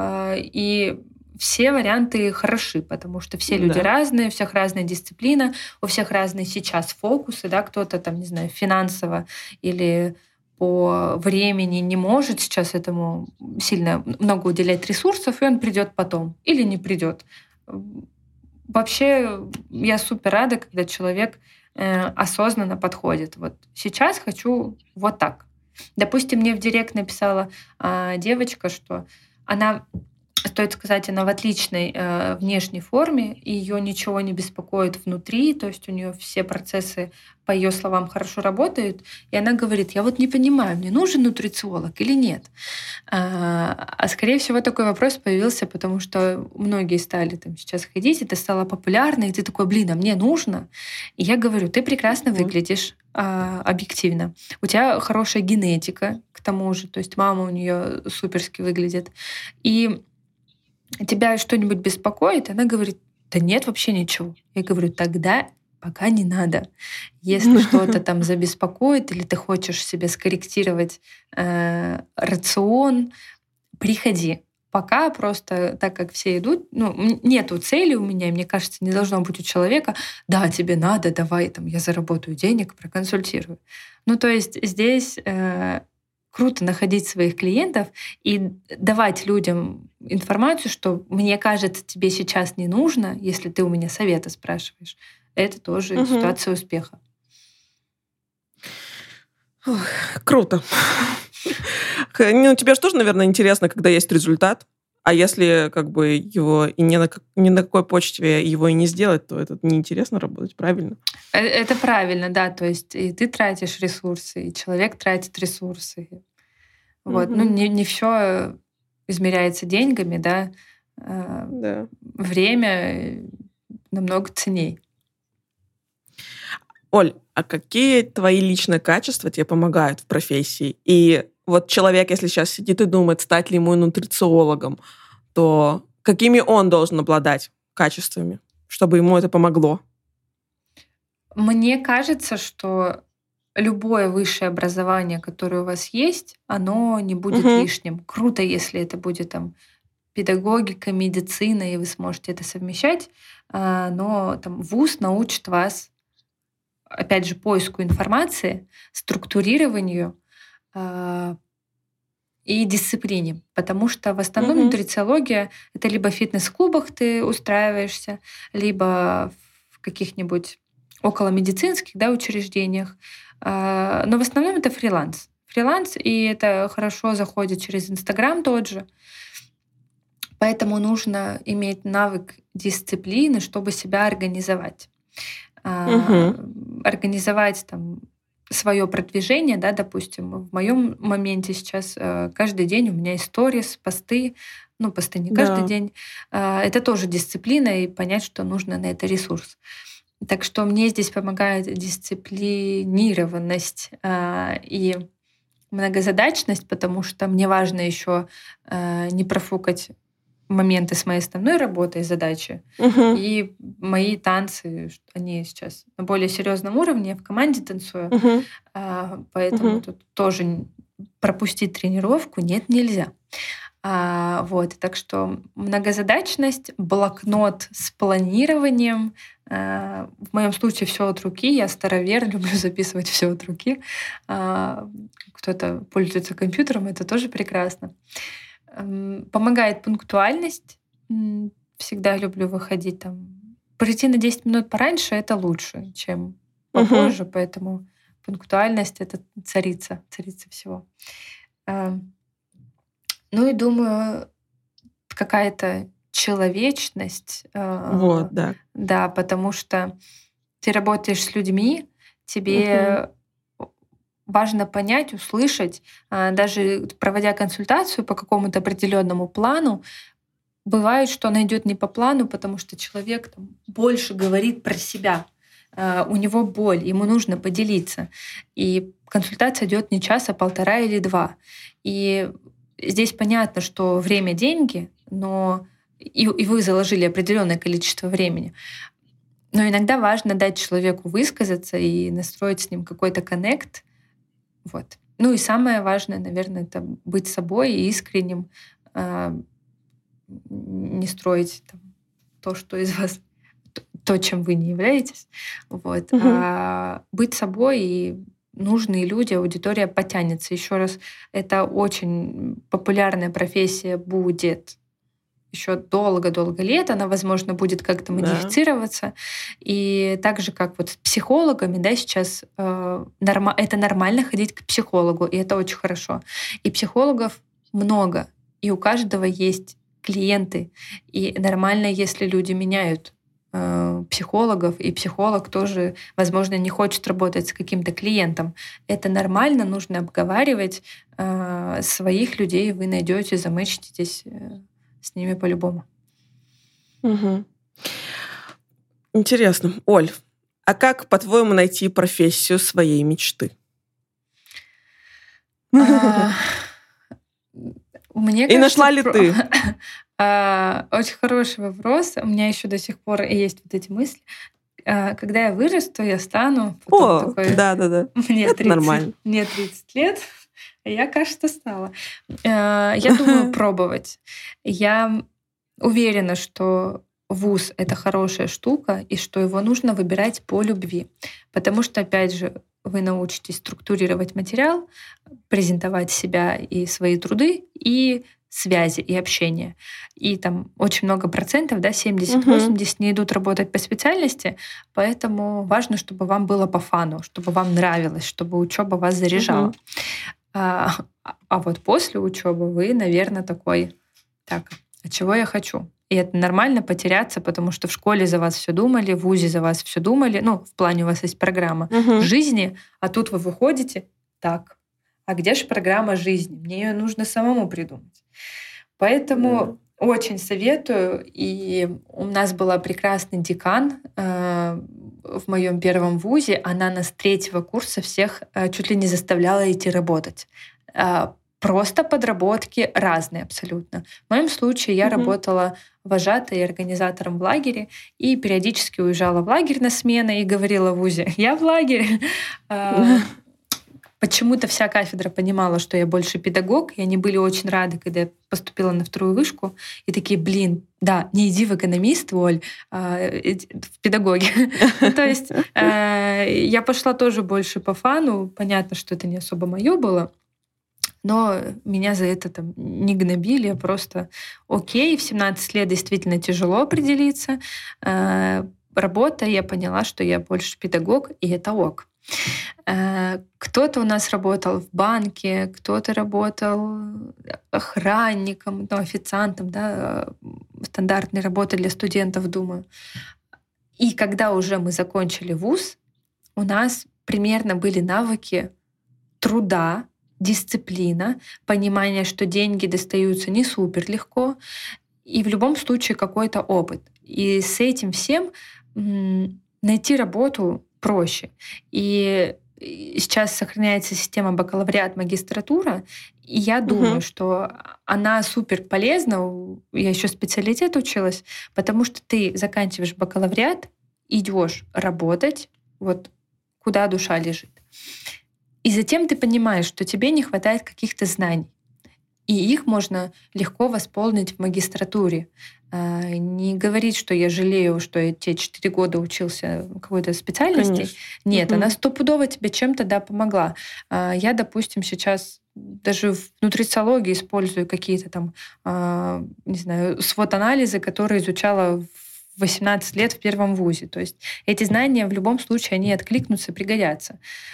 И все варианты хороши, потому что все люди да. разные, у всех разная дисциплина, у всех разные сейчас фокусы, да, кто-то там, не знаю, финансово или по времени не может сейчас этому сильно много уделять ресурсов, и он придет потом или не придет. Вообще, я супер рада, когда человек осознанно подходит. Вот сейчас хочу вот так. Допустим, мне в директ написала а, девочка, что она, стоит сказать, она в отличной э, внешней форме, и ее ничего не беспокоит внутри, то есть у нее все процессы, по ее словам, хорошо работают, и она говорит, я вот не понимаю, мне нужен нутрициолог или нет. А, а скорее всего такой вопрос появился, потому что многие стали там сейчас ходить, это стало популярно, и ты такой, блин, а мне нужно? И я говорю, ты прекрасно mm-hmm. выглядишь, а, объективно. У тебя хорошая генетика, к тому же, то есть мама у нее суперски выглядит. И тебя что-нибудь беспокоит? Она говорит, да нет, вообще ничего. Я говорю, тогда пока не надо. Если что-то там забеспокоит, или ты хочешь себе скорректировать э, рацион, приходи. Пока просто так, как все идут, ну, нету цели у меня, и мне кажется, не должно быть у человека, да, тебе надо, давай, там, я заработаю денег, проконсультирую. Ну, то есть здесь э, круто находить своих клиентов и давать людям информацию, что мне кажется, тебе сейчас не нужно, если ты у меня совета спрашиваешь. Это тоже угу. ситуация успеха. Ох, круто. Ну, тебе же тоже, наверное, интересно, когда есть результат. А если как бы его и ни на, ни на какой почте его и не сделать, то это неинтересно работать, правильно? Это правильно, да. То есть и ты тратишь ресурсы, и человек тратит ресурсы. Вот. Угу. Ну, не, не все измеряется деньгами, да. Да. Время намного ценней. Оль, а какие твои личные качества тебе помогают в профессии? И вот человек, если сейчас сидит и думает, стать ли ему нутрициологом, то какими он должен обладать качествами, чтобы ему это помогло? Мне кажется, что любое высшее образование, которое у вас есть, оно не будет угу. лишним. Круто, если это будет там педагогика, медицина, и вы сможете это совмещать, но там вуз научит вас, опять же, поиску информации, структурированию э, и дисциплине. Потому что в основном mm-hmm. нутрициология — это либо в фитнес-клубах ты устраиваешься, либо в каких-нибудь околомедицинских, да, учреждениях. Э, но в основном это фриланс. Фриланс, и это хорошо заходит через Инстаграм тот же. Поэтому нужно иметь навык дисциплины, чтобы себя организовать. Uh-huh. Организовать там свое продвижение, да, допустим, в моем моменте сейчас каждый день у меня есть сторис, посты, ну, посты не каждый да. день. Это тоже дисциплина, и понять, что нужно на это ресурс. Так что мне здесь помогает дисциплинированность и многозадачность, потому что мне важно еще не профукать моменты с моей основной работой и задачи. Uh-huh. И мои танцы, они сейчас на более серьезном уровне, я в команде танцую, uh-huh. а, поэтому uh-huh. тут тоже пропустить тренировку нет, нельзя. А, вот, так что многозадачность, блокнот с планированием. А, в моем случае все от руки. Я старовер, люблю записывать все от руки. А, кто-то пользуется компьютером, это тоже прекрасно. Помогает пунктуальность. Всегда люблю выходить там. Прийти на десять минут пораньше — это лучше, чем попозже, uh-huh. поэтому пунктуальность — это царица, царица всего. Ну и думаю, какая-то человечность. Вот, да. Да, потому что ты работаешь с людьми, тебе угу. важно понять, услышать, даже проводя консультацию по какому-то определенному плану, бывает, что она идет не по плану, потому что человек там больше говорит про себя. У него боль, ему нужно поделиться. И консультация идет не час, а полтора или два. И здесь понятно, что время — деньги, но и, и вы заложили определенное количество времени. Но иногда важно дать человеку высказаться и настроить с ним какой-то коннект. Вот. Ну и самое важное, наверное, это быть собой и искренним, не строить там, то, что из вас, то, чем вы не являетесь. Вот. Угу. А быть собой, и нужные люди, аудитория потянется. Еще раз, это очень популярная профессия будет еще долго-долго лет. Она, возможно, будет как-то модифицироваться. Да. И так же, как вот с психологами, да, сейчас э, норма- это нормально ходить к психологу, и это очень хорошо. И психологов много, и у каждого есть клиенты. И нормально, если люди меняют э, психологов, и психолог тоже, возможно, не хочет работать с каким-то клиентом. Это нормально, нужно обговаривать. Э, своих людей вы найдете, замечтитесь э, с ними по-любому. Угу. Интересно. Оль, а как, по-твоему, найти профессию своей мечты? Мне И кажется, нашла ли про... ты? а, очень хороший вопрос. У меня еще до сих пор есть вот эти мысли. А, когда я вырасту, я стану... О, такой, да-да-да. Мне это тридцать, нормально. Мне тридцать лет, а я, кажется, стала. А, я думаю пробовать. Я уверена, что вуз — это хорошая штука, и что его нужно выбирать по любви. Потому что, опять же, вы научитесь структурировать материал, презентовать себя и свои труды, и связи, и общение. И там очень много процентов, да, семьдесят-восемьдесят угу. не идут работать по специальности, поэтому важно, чтобы вам было по фану, чтобы вам нравилось, чтобы учеба вас заряжала. Угу. А, а вот после учебы вы, наверное, такой: так, а чего я хочу? И это нормально потеряться, потому что в школе за вас все думали, в вузе за вас все думали. Ну, в плане у вас есть программа угу. жизни, а тут вы выходите: так, а где же программа жизни? Мне ее нужно самому придумать. Поэтому да. очень советую. И у нас была прекрасный декан э, в моем первом вузе. Она нас с третьего курса всех э, чуть ли не заставляла идти работать. Э, Просто подработки разные абсолютно. В моем случае я угу. работала вожатой и организатором в лагере, и периодически уезжала в лагерь на смены и говорила в вузе: я в лагере. Почему-то вся кафедра понимала, что я больше педагог, и они были очень рады, когда я поступила на вторую вышку, и такие: блин, да, не иди в экономист, Оль, а в педагоги. То есть я пошла тоже больше по фану. Понятно, что это не особо мое было, но меня за это там не гнобили, а просто окей. В семнадцать лет действительно тяжело определиться. Работа, я поняла, что я больше педагог, и это ок. Кто-то у нас работал в банке, кто-то работал охранником, ну, официантом, да, стандартные работы для студентов, думаю. И когда уже мы закончили вуз, у нас примерно были навыки труда, дисциплина, понимание, что деньги достаются не супер легко, и в любом случае какой-то опыт. И с этим всем найти работу проще. И сейчас сохраняется система бакалавриат, магистратура, и я думаю, угу. что она супер полезна. Я еще специалитет училась, потому что ты заканчиваешь бакалавриат, идешь работать, вот куда душа лежит. И затем ты понимаешь, что тебе не хватает каких-то знаний. И их можно легко восполнить в магистратуре. Не говорить, что я жалею, что я те четыре года учился какой-то специальности. Конечно. Нет, угу. она стопудово тебе чем-то да, помогла. Я, допустим, сейчас даже в нутрициологии использую какие-то там, не знаю, свод-анализы, которые изучала в восемнадцать лет в первом вузе. То есть эти знания в любом случае, они откликнутся, пригодятся.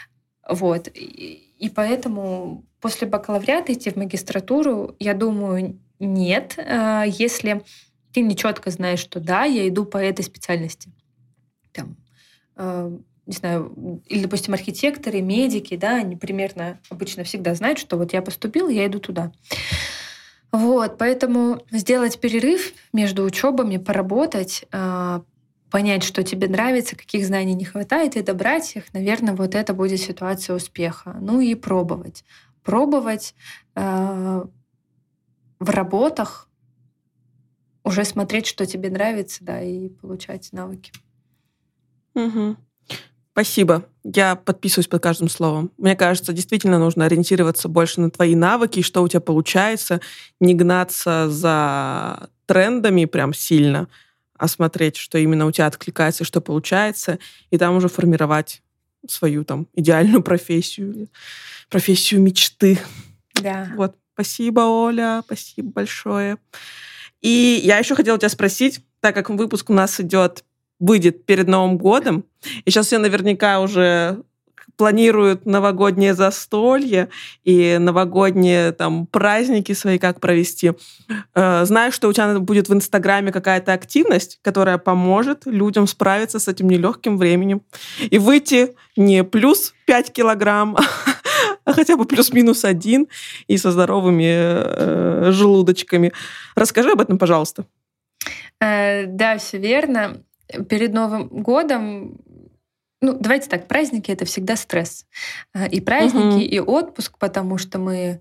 Вот. И, и поэтому после бакалавриата идти в магистратуру, я думаю, нет, э, если ты не четко знаешь, что да, я иду по этой специальности. Там, э, не знаю, или, допустим, архитекторы, медики, да, они примерно обычно всегда знают, что вот я поступил, я иду туда. Вот, поэтому сделать перерыв между учебами, поработать, э, понять, что тебе нравится, каких знаний не хватает, и добрать их, наверное, вот это будет ситуация успеха. Ну и пробовать. Пробовать э, в работах, уже смотреть, что тебе нравится, да, и получать навыки. Угу. Спасибо. Я подписываюсь под каждым словом. Мне кажется, действительно нужно ориентироваться больше на твои навыки, что у тебя получается, не гнаться за трендами прям сильно, а смотреть, что именно у тебя откликается, что получается, и там уже формировать свою там идеальную профессию, профессию мечты. Да. Вот. Спасибо, Оля, спасибо большое. И я еще хотела тебя спросить, так как выпуск у нас идет выйдет перед Новым годом, и сейчас все наверняка уже планируют новогоднее застолье и новогодние там праздники свои как провести. Знаю, что у тебя будет в Инстаграме какая-то активность, которая поможет людям справиться с этим нелегким временем и выйти не плюс пять килограмм, а хотя бы плюс-минус один и со здоровыми э, желудочками. Расскажи об этом, пожалуйста. Э, да, все верно. Перед Новым годом, ну, давайте так, праздники — это всегда стресс. И праздники, uh-huh. и отпуск, потому что мы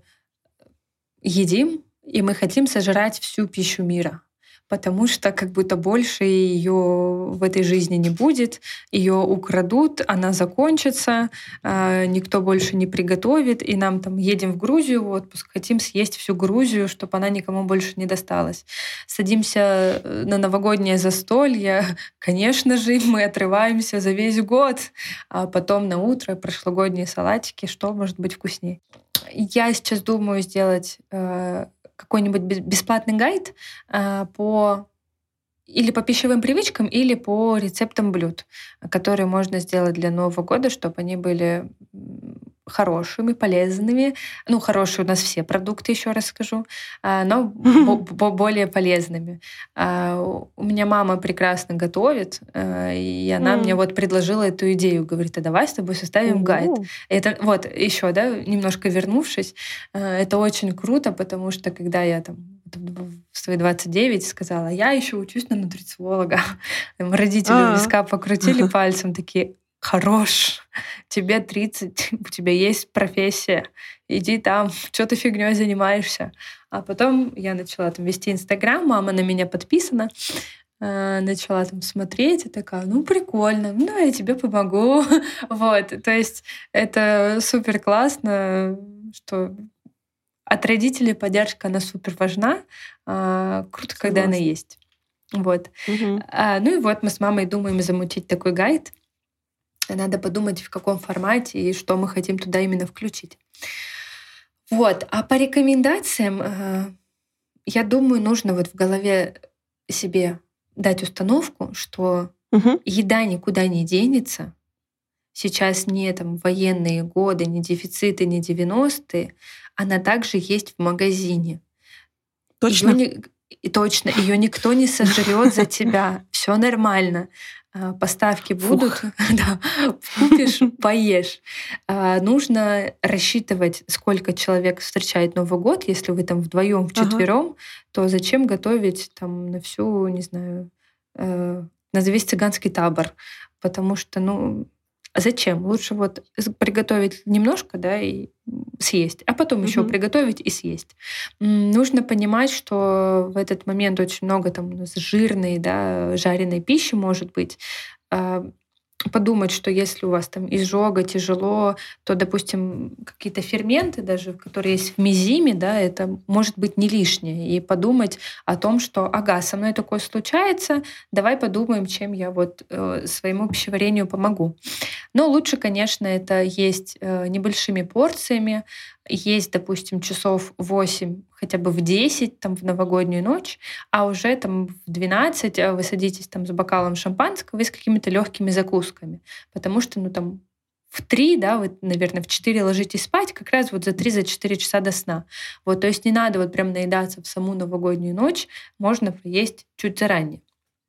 едим, и мы хотим сожрать всю пищу мира. Потому что как будто больше ее в этой жизни не будет, ее украдут, она закончится, никто больше не приготовит, и нам там едем в Грузию в отпуск, хотим съесть всю Грузию, чтобы она никому больше не досталась. Садимся на новогоднее застолье, конечно же, мы отрываемся за весь год, а потом на утро прошлогодние салатики, что может быть вкуснее. Я сейчас думаю сделать какой-нибудь бесплатный гайд э, по или по пищевым привычкам, или по рецептам блюд, которые можно сделать для Нового года, чтобы они были хорошими, полезными. Ну, хорошие у нас все продукты, еще раз скажу, но более полезными. У меня мама прекрасно готовит, и она mm. мне вот предложила эту идею. Говорит, а давай с тобой составим mm. гайд. Это вот еще, да, немножко вернувшись, это очень круто, потому что когда я там в свои двадцать девять сказала, я еще учусь на нутрициолога. Родители у виска покрутили пальцем, такие, хорош, тебе тридцать, у тебя есть профессия, иди там, что ты фигней занимаешься. А потом я начала там вести Инстаграм, мама на меня подписана, начала там смотреть и такая, ну, прикольно, ну, я тебе помогу. Вот, то есть это супер классно, что от родителей поддержка, она супер важна. А, круто, Согласна. Когда она есть. Вот. Угу. А, ну и вот мы с мамой думаем замутить такой гайд. Надо подумать, в каком формате и что мы хотим туда именно включить. Вот. А по рекомендациям, а, я думаю, нужно вот в голове себе дать установку, что угу. еда никуда не денется. Сейчас не там военные годы, не дефициты, не девяностые. Она также есть в магазине. Точно? Её не, и точно. Ее никто не сожрет за тебя. Все нормально. Поставки будут. Да, купишь, поешь. Нужно рассчитывать, сколько человек встречает Новый год. Если вы там вдвоем, вчетвером, ага. то зачем готовить там на всю, не знаю, на весь цыганский табор? Потому что, ну, зачем? Лучше вот приготовить немножко, да, и съесть, а потом еще Мгм. приготовить и съесть. М, Нужно понимать, что в этот момент очень много там у нас жирной, да, жареной пищи может быть. А, Подумать, что если у вас там изжога, тяжело, то, допустим, какие-то ферменты даже, которые есть в мизиме, да, это может быть не лишнее. И подумать о том, что, ага, со мной такое случается, давай подумаем, чем я вот э, своему пищеварению помогу. Но лучше, конечно, это есть э, небольшими порциями, есть, допустим, часов восемь, хотя бы в десять, там, в новогоднюю ночь, а уже там в двенадцать э, вы садитесь там за бокалом шампанского и с какими-то легкими закусками. Потому что, ну, там, в в три, да, вы, наверное, в четыре ложитесь спать, как раз вот за три-четыре часа до сна. Вот, то есть не надо вот прям наедаться в саму новогоднюю ночь, можно поесть чуть заранее.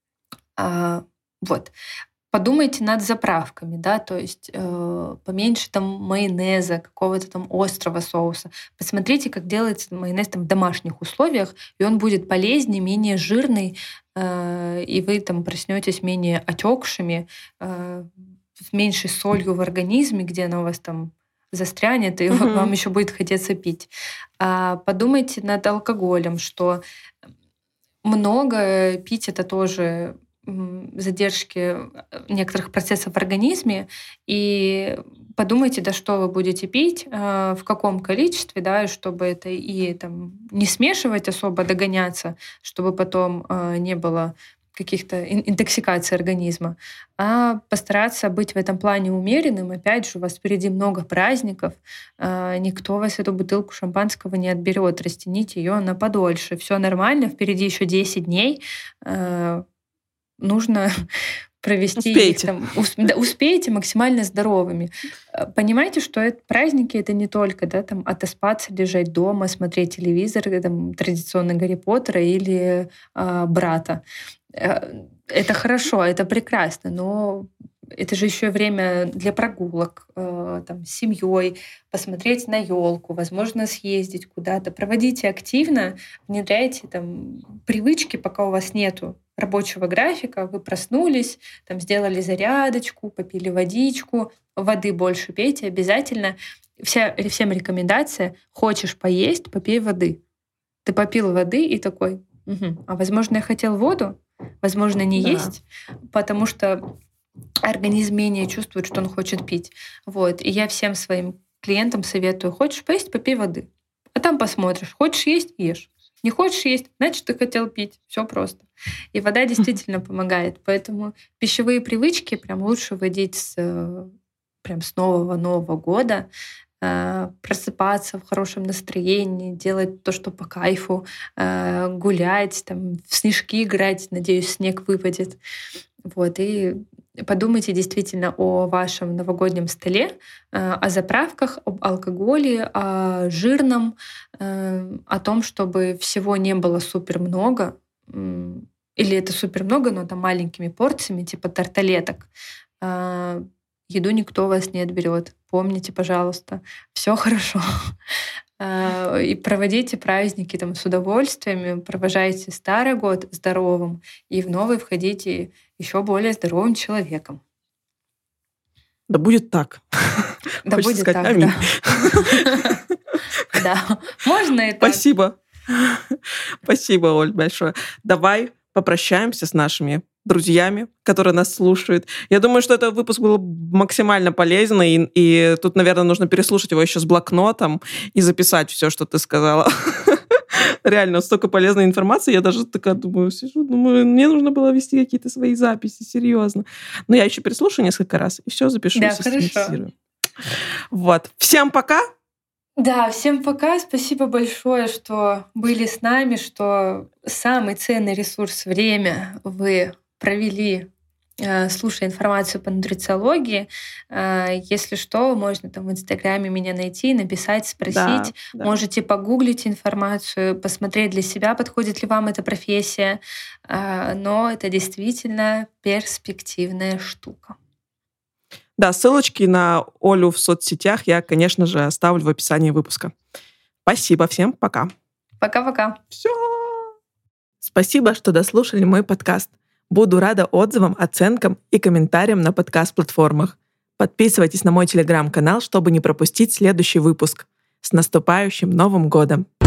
А, вот. Подумайте над заправками, да, то есть э, поменьше там майонеза, какого-то там острого соуса. Посмотрите, как делается майонез там в домашних условиях, и он будет полезнее, менее жирный, э, и вы там проснетесь менее отекшими, э, с меньшей солью в организме, где она у вас там застрянет, и Мгм. вам еще будет хотеться пить. А подумайте над алкоголем, что много пить это тоже м, задержки некоторых процессов в организме, и подумайте, да, что вы будете пить, э, в каком количестве, да, и чтобы это и там не смешивать особо, догоняться, чтобы потом э, не было каких-то ин- интоксикаций организма, а постараться быть в этом плане умеренным. Опять же, у вас впереди много праздников, э, никто вас эту бутылку шампанского не отберет, растяните ее на подольше. Все нормально, впереди еще десять дней. э, Нужно провести их Успейте. там, ус- да, успейте максимально здоровыми. Э, Понимаете, что это, праздники это не только да, там, отоспаться, лежать дома, смотреть телевизор, э, там, традиционно Гарри Поттера или а, брата. Э, Это хорошо, это прекрасно, но это же еще время для прогулок э, там, с семьей, посмотреть на елку, возможно, съездить куда-то. Проводите активно, внедряйте там привычки, пока у вас нету рабочего графика. Вы проснулись, там сделали зарядочку, попили водичку, воды больше пейте обязательно. Вся, всем рекомендация: хочешь поесть, попей воды. Ты попил воды и такой: «Мгм, а возможно, я хотел воду, возможно, не Да. есть, потому что организм менее чувствует, что он хочет пить». Вот. И я всем своим клиентам советую: хочешь поесть, попей воды. А там посмотришь. Хочешь есть — ешь. Не хочешь есть — значит, ты хотел пить. Все просто. И вода действительно помогает. Поэтому пищевые привычки прям лучше вводить с, э, прям с нового Нового года. Э, Просыпаться в хорошем настроении, делать то, что по кайфу, э, гулять, там, в снежки играть. Надеюсь, снег выпадет. Вот, и подумайте действительно о вашем новогоднем столе, э, о заправках, об алкоголе, о жирном, э, о том, чтобы всего не было супер много, м, или это супер много, но там маленькими порциями, типа тарталеток. А, Еду никто у вас не отберет. Помните, пожалуйста, все хорошо. А, И проводите праздники там с удовольствием, провожайте старый год здоровым, и в новый входите еще более здоровым человеком. Да будет так. Да Хочется будет сказать так, аминь. да. Да, можно и так. Спасибо. Спасибо, Оль, большое. Давай попрощаемся с нашими друзьями, которые нас слушают. Я думаю, что этот выпуск был максимально полезный, и, и тут, наверное, нужно переслушать его еще с блокнотом и записать все, что ты сказала. Реально, столько полезной информации. Я даже такая думаю, сижу, думаю, мне нужно было вести какие-то свои записи, серьезно. Но я еще переслушаю несколько раз, и все запишу, Да, систематизирую. Вот. Всем пока! Да, всем пока. Спасибо большое, что были с нами, что самый ценный ресурс — время вы провели, э, слушая информацию по нутрициологии. Э, Если что, можно там в Инстаграме меня найти, написать, спросить. Да, да. Можете погуглить информацию, посмотреть для себя, подходит ли вам эта профессия. Э, Но это действительно перспективная штука. Да, ссылочки на Олю в соцсетях я, конечно же, оставлю в описании выпуска. Спасибо всем, пока. Пока-пока. Все. Спасибо, что дослушали мой подкаст. Буду рада отзывам, оценкам и комментариям на подкаст-платформах. Подписывайтесь на мой телеграм-канал, чтобы не пропустить следующий выпуск. С наступающим Новым годом!